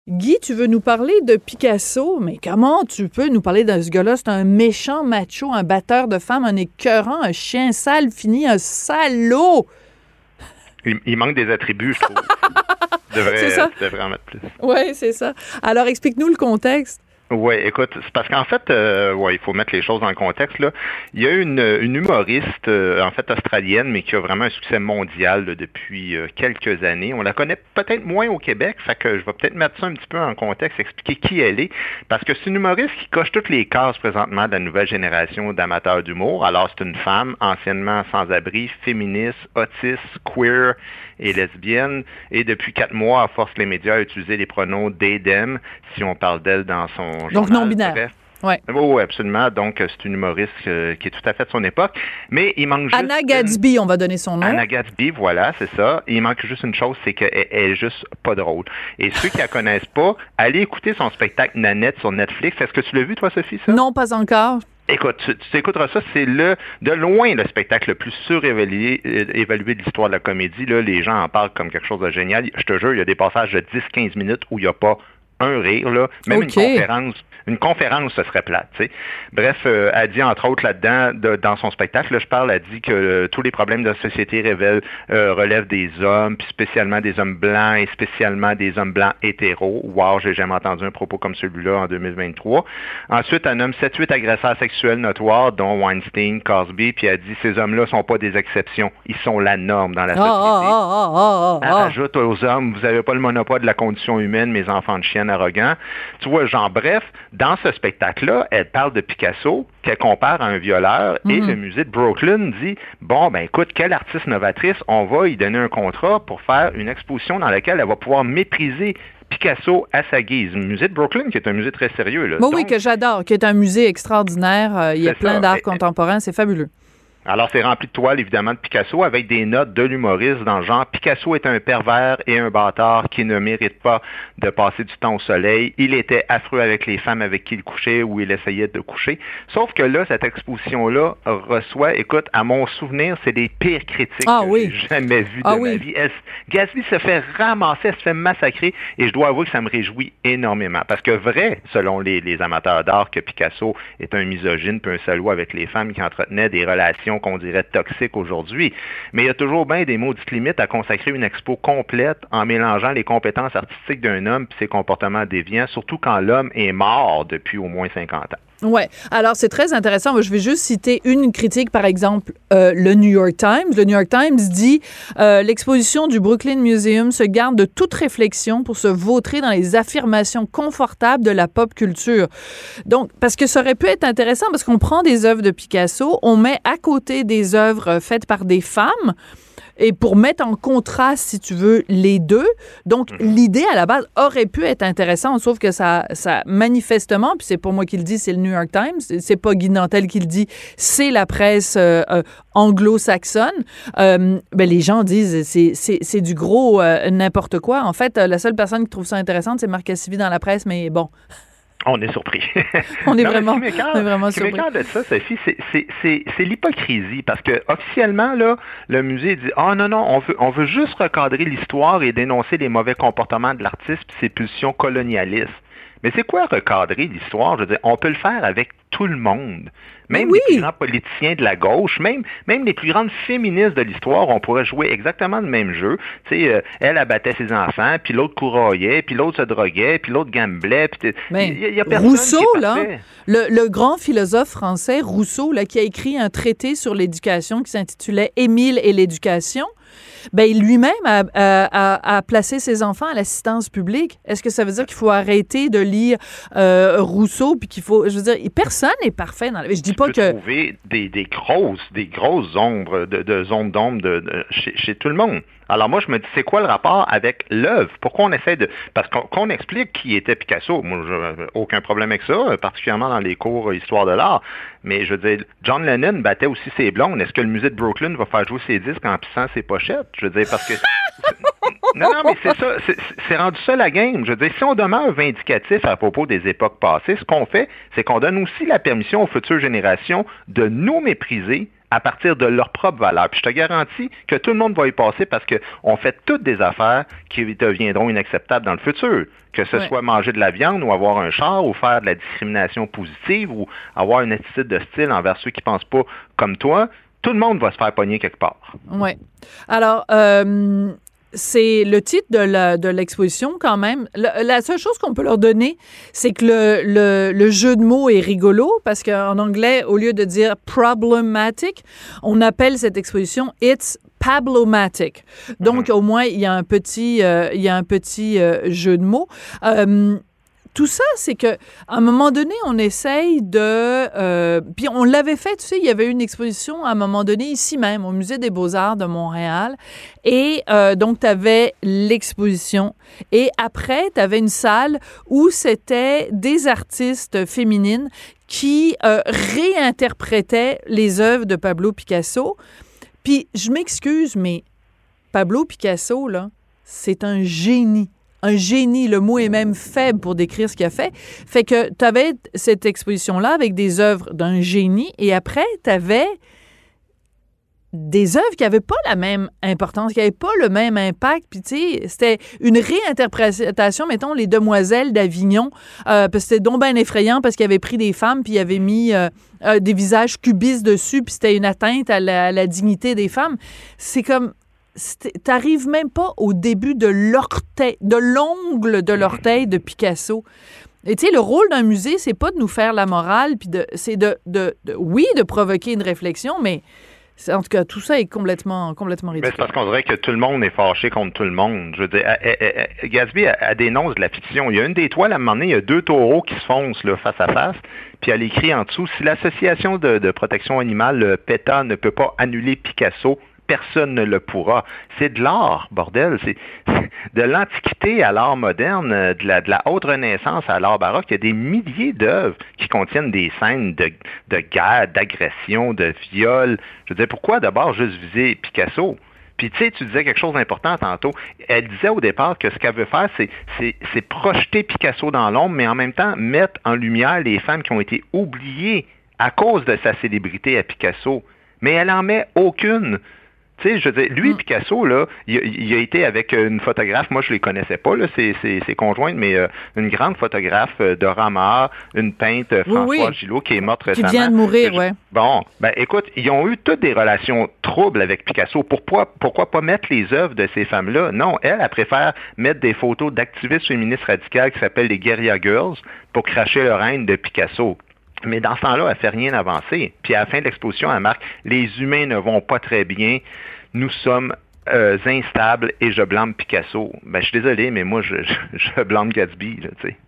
Guy, tu veux nous parler de Picasso, mais comment tu peux nous parler de ce gars-là? C'est un méchant macho, un batteur de femmes, un écœurant, un chien sale fini, un salaud! Il manque des attributs, je trouve. Devrait en mettre plus. Oui, c'est ça. Alors, explique-nous le contexte. Oui, écoute, c'est parce qu'en fait, il faut mettre les choses dans le contexte, là. Il y a une humoriste, en fait, australienne, mais qui a vraiment un succès mondial là, depuis quelques années. On la connaît peut-être moins au Québec, fait que je vais peut-être mettre ça un petit peu en contexte, expliquer qui elle est, parce que c'est une humoriste qui coche toutes les cases présentement de la nouvelle génération d'amateurs d'humour. Alors, c'est une femme, anciennement sans-abri, féministe, autiste, queer et lesbienne, et depuis 4 mois, elle force les médias à utiliser les pronoms they, them, si on parle d'elle dans son journal. Donc non-binaire. Oui, absolument. Donc, c'est une humoriste qui est tout à fait de son époque. Mais il manque juste... Anna Gadsby, on va donner son nom. Anna Gadsby, voilà, c'est ça. Il manque juste une chose, c'est qu'elle est juste pas drôle. Et ceux qui la connaissent pas, allez écouter son spectacle Nanette sur Netflix. Est-ce que tu l'as vu, toi, Sophie, ça? Non, pas encore. Écoute, tu écouteras ça, c'est de loin le spectacle le plus surévalué de l'histoire de la comédie. Là, les gens en parlent comme quelque chose de génial. Je te jure, il y a des passages de 10-15 minutes où il n'y a pas un rire, là. Même une conférence, ce serait plate, tu sais. Bref, elle dit, entre autres, là-dedans, dans son spectacle, là, elle dit que tous les problèmes de la société relèvent des hommes, puis spécialement des hommes blancs et spécialement des hommes blancs hétéros. Wow, j'ai jamais entendu un propos comme celui-là en 2023. Ensuite, elle nomme 7-8 agresseurs sexuels notoires, dont Weinstein, Cosby, puis elle dit, ces hommes-là sont pas des exceptions, ils sont la norme dans la société. Elle ajoute aux hommes, vous avez pas le monopole de la condition humaine, mes enfants de chienne arrogants. Tu vois, genre, bref, dans ce spectacle-là, elle parle de Picasso, qu'elle compare à un violeur, et le musée de Brooklyn dit, bon, ben écoute, quelle artiste novatrice, on va lui donner un contrat pour faire une exposition dans laquelle elle va pouvoir mépriser Picasso à sa guise. Le musée de Brooklyn, qui est un musée très sérieux. Là. Oui, que j'adore, qui est un musée extraordinaire. Il y a plein d'art contemporain, c'est fabuleux. Alors, c'est rempli de toiles, évidemment, de Picasso, avec des notes de l'humoriste dans le genre « Picasso est un pervers et un bâtard qui ne mérite pas de passer du temps au soleil. Il était affreux avec les femmes avec qui il couchait ou il essayait de coucher. » Sauf que là, cette exposition-là reçoit, écoute, à mon souvenir, c'est des pires critiques que j'ai jamais vues de ma vie. Gatsby se fait ramasser, elle se fait massacrer, et je dois avouer que ça me réjouit énormément. Parce que vrai, selon les amateurs d'art, que Picasso est un misogyne puis un salaud avec les femmes qui entretenaient des relations qu'on dirait toxiques aujourd'hui. Mais il y a toujours bien des maudites limites à consacrer une expo complète en mélangeant les compétences artistiques d'un homme et ses comportements déviants, surtout quand l'homme est mort depuis au moins 50 ans. Oui. Alors, c'est très intéressant. Je vais juste citer une critique, par exemple, le New York Times. Le New York Times dit l'exposition du Brooklyn Museum se garde de toute réflexion pour se vautrer dans les affirmations confortables de la pop culture. Donc, parce que ça aurait pu être intéressant, parce qu'on prend des œuvres de Picasso, on met à côté des œuvres faites par des femmes, et pour mettre en contraste, si tu veux, les deux. Donc, l'idée, à la base, aurait pu être intéressante, sauf que ça manifestement, puis c'est pas moi qui le dis, c'est le New York Times, c'est pas Guy Nantel qui le dit, c'est la presse anglo-saxonne. Les gens disent, c'est du gros n'importe quoi. En fait, la seule personne qui trouve ça intéressante, c'est Marc Cassivi dans la presse, mais bon... On est surpris. On est vraiment surpris. Ce qui m'écoeure de ça, Sophie, c'est l'hypocrisie. Parce que officiellement, là, le musée dit « Ah non, on veut juste recadrer l'histoire et dénoncer les mauvais comportements de l'artiste et ses pulsions colonialistes. » Mais c'est quoi recadrer l'histoire? Je veux dire, on peut le faire avec tout le monde. Même les plus grands politiciens de la gauche, même les plus grandes féministes de l'histoire, on pourrait jouer exactement le même jeu. Tu sais, elle abattait ses enfants, puis l'autre couraillait, puis l'autre se droguait, puis l'autre gamblait. Y a personne Rousseau, qui est là, parfait. le grand philosophe français, Rousseau, là, qui a écrit un traité sur l'éducation qui s'intitulait « Émile et l'éducation », lui-même a placé ses enfants à l'assistance publique. Est-ce que ça veut dire qu'il faut arrêter de lire Rousseau, puis qu'il faut... Je veux dire, personne n'est parfait dans la vie. Je dis pas que... trouver des grosses ombres, de zones d'ombre chez tout le monde. Alors moi, je me dis, c'est quoi le rapport avec l'œuvre? Pourquoi on essaie de... Parce qu'on explique qui était Picasso. Moi, j'ai aucun problème avec ça, particulièrement dans les cours Histoire de l'art. Mais je veux dire, John Lennon battait aussi ses blondes. Est-ce que le musée de Brooklyn va faire jouer ses disques en pissant ses pochettes? Je veux dire, parce que... Non, mais c'est ça. C'est rendu ça la game. Je veux dire, si on demeure vindicatif à propos des époques passées, ce qu'on fait, c'est qu'on donne aussi la permission aux futures générations de nous mépriser à partir de leurs propres valeurs. Puis je te garantis que tout le monde va y passer parce qu'on fait toutes des affaires qui deviendront inacceptables dans le futur. Que ce soit manger de la viande ou avoir un char ou faire de la discrimination positive ou avoir une attitude de style envers ceux qui pensent pas comme toi, tout le monde va se faire pogner quelque part. Oui. Alors, c'est le titre de l'exposition quand même. La seule chose qu'on peut leur donner, c'est que le jeu de mots est rigolo parce qu'en anglais, au lieu de dire problematic, on appelle cette exposition It's Pablomatic. Donc, au moins, il y a un petit jeu de mots. Tout ça, c'est que à un moment donné, on essaye de... puis on l'avait fait, tu sais, il y avait une exposition à un moment donné ici même, au Musée des Beaux-Arts de Montréal. Et donc, tu avais l'exposition. Et après, tu avais une salle où c'était des artistes féminines qui réinterprétaient les œuvres de Pablo Picasso. Puis, je m'excuse, mais Pablo Picasso, là, c'est un génie. Un génie, le mot est même faible pour décrire ce qu'il a fait. Fait que tu avais cette exposition-là avec des œuvres d'un génie et après, tu avais des œuvres qui n'avaient pas la même importance, qui n'avaient pas le même impact. Puis, tu sais, c'était une réinterprétation, mettons, Les Demoiselles d'Avignon, parce que c'était donc bien effrayant parce qu'il avait pris des femmes puis il avait mis des visages cubistes dessus puis c'était une atteinte à la dignité des femmes. C'est comme... T'arrives même pas au début de l'orteil, de l'ongle de l'orteil de Picasso. Et tu sais, le rôle d'un musée, c'est pas de nous faire la morale, puis c'est oui, de provoquer une réflexion, mais en tout cas, tout ça est complètement ridicule. Mais c'est parce qu'on dirait que tout le monde est fâché contre tout le monde. Je veux dire, Gatsby a dénonce de la fiction. Il y a une des toiles, à un moment donné, il y a deux taureaux qui se foncent là, face à face, puis elle écrit en dessous, si l'association de protection animale, PETA, ne peut pas annuler Picasso, personne ne le pourra. C'est de l'art, bordel. C'est de l'Antiquité à l'art moderne, de la haute Renaissance à l'art baroque. Il y a des milliers d'œuvres qui contiennent des scènes de guerre, d'agression, de viol. Je veux dire, pourquoi d'abord juste viser Picasso? Puis, tu sais, tu disais quelque chose d'important tantôt. Elle disait au départ que ce qu'elle veut faire, c'est projeter Picasso dans l'ombre, mais en même temps mettre en lumière les femmes qui ont été oubliées à cause de sa célébrité à Picasso. Mais elle en met aucune. Tu sais, je veux dire, lui, Picasso, là, il a été avec une photographe, moi, je les connaissais pas, là, ses conjointes, mais une grande photographe, Dora Maar, une peintre, Françoise Gillot, qui est morte récemment. Qui vient de mourir, oui. Bon, ben écoute, ils ont eu toutes des relations troubles avec Picasso. Pourquoi pas mettre les œuvres de ces femmes-là? Non, elle préfère mettre des photos d'activistes féministes radicales qui s'appellent les Guerrilla Girls pour cracher le règne de Picasso. Mais dans ce temps-là, elle ne fait rien avancer. Puis à la fin de l'exposition, elle marque « Les humains ne vont pas très bien, nous sommes instables et je blâme Picasso. » Ben, je suis désolé, mais moi, je blâme Gatsby, là, tu sais.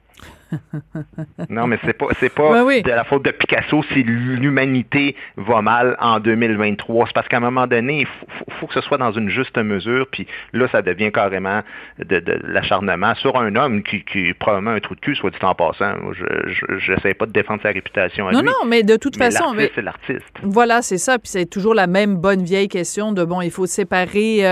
Non, mais c'est pas de la faute de Picasso si l'humanité va mal en 2023. C'est parce qu'à un moment donné, il faut que ce soit dans une juste mesure, puis là, ça devient carrément de l'acharnement sur un homme qui est probablement un trou de cul, soit dit en passant. Je n'essaie pas de défendre sa réputation à lui. Non, mais de toute façon... L'artiste, c'est l'artiste. Voilà, c'est ça. Puis c'est toujours la même bonne vieille question de, bon, il faut séparer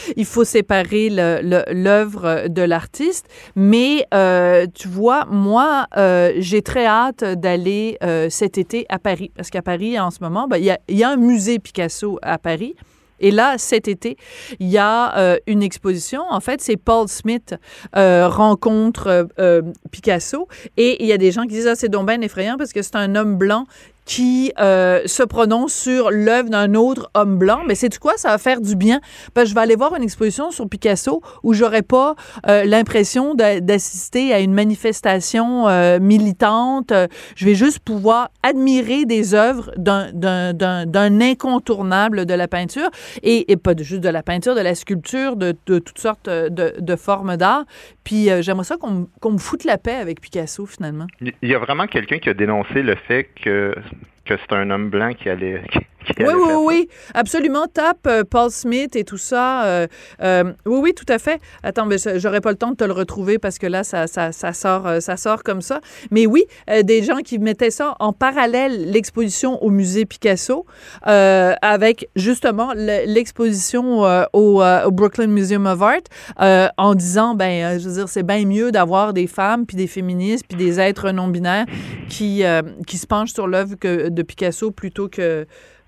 l'œuvre de l'artiste. Mais, tu vois, moi, j'ai très hâte d'aller cet été à Paris. Parce qu'à Paris, en ce moment, il y a un musée Picasso à Paris. Et là, cet été, il y a une exposition. En fait, c'est Paul Smith rencontre Picasso. Et il y a des gens qui disent « Ah, c'est donc bien effrayant parce que c'est un homme blanc qui se prononce sur l'œuvre d'un autre homme blanc. » Mais sais-tu quoi? Ça va faire du bien. Parce que je vais aller voir une exposition sur Picasso où j'aurais pas l'impression d'assister à une manifestation militante. Je vais juste pouvoir admirer des œuvres d'un incontournable de la peinture et pas juste de la peinture, de la sculpture, de toutes sortes de formes d'art. Puis j'aimerais ça qu'on me foute la paix avec Picasso, finalement. Il y a vraiment quelqu'un qui a dénoncé le fait que c'est un homme blanc qui allait... Oui, absolument. Tape Paul Smith et tout ça. Oui, tout à fait. Attends, mais j'aurais pas le temps de te le retrouver parce que là, ça sort comme ça. Mais oui, des gens qui mettaient ça en parallèle, l'exposition au musée Picasso, avec justement l'exposition au Brooklyn Museum of Art, en disant, je veux dire, c'est bien mieux d'avoir des femmes, puis des féministes, puis des êtres non-binaires qui se penchent sur l'œuvre de Picasso plutôt que...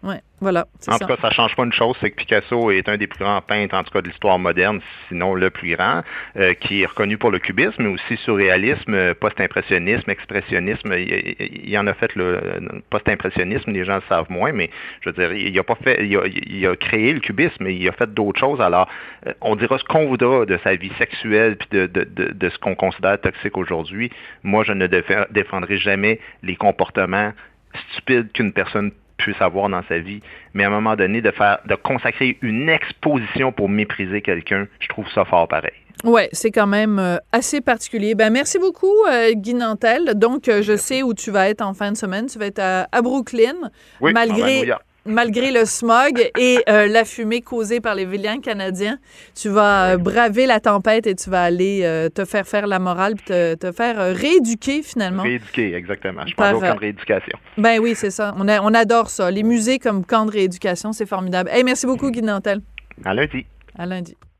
Oui, voilà, c'est ça. En tout cas, ça ne change pas une chose, c'est que Picasso est un des plus grands peintres, en tout cas de l'histoire moderne, sinon le plus grand, qui est reconnu pour le cubisme, mais aussi surréalisme, post-impressionnisme, expressionnisme. Il en a fait le post-impressionnisme, les gens le savent moins, mais je veux dire, il a créé le cubisme, mais il a fait d'autres choses. Alors, on dira ce qu'on voudra de sa vie sexuelle puis de ce qu'on considère toxique aujourd'hui. Moi, je ne défendrai jamais les comportements stupides qu'une personne puisse avoir dans sa vie, mais à un moment donné, de consacrer une exposition pour mépriser quelqu'un, je trouve ça fort pareil. Ouais, c'est quand même assez particulier. Ben merci beaucoup, Guy Nantel. Donc, je sais où tu vas être en fin de semaine. Tu vas être à Brooklyn, oui, malgré le smog et la fumée causée par les vilains Canadiens. Tu vas braver la tempête et tu vas aller te faire la morale puis te faire rééduquer, finalement. Rééduquer, exactement. Je pense au camp de rééducation. Ben oui, c'est ça. On adore ça. Les musées comme camp de rééducation, c'est formidable. Hey, merci beaucoup, Guy Nantel. À lundi. À lundi.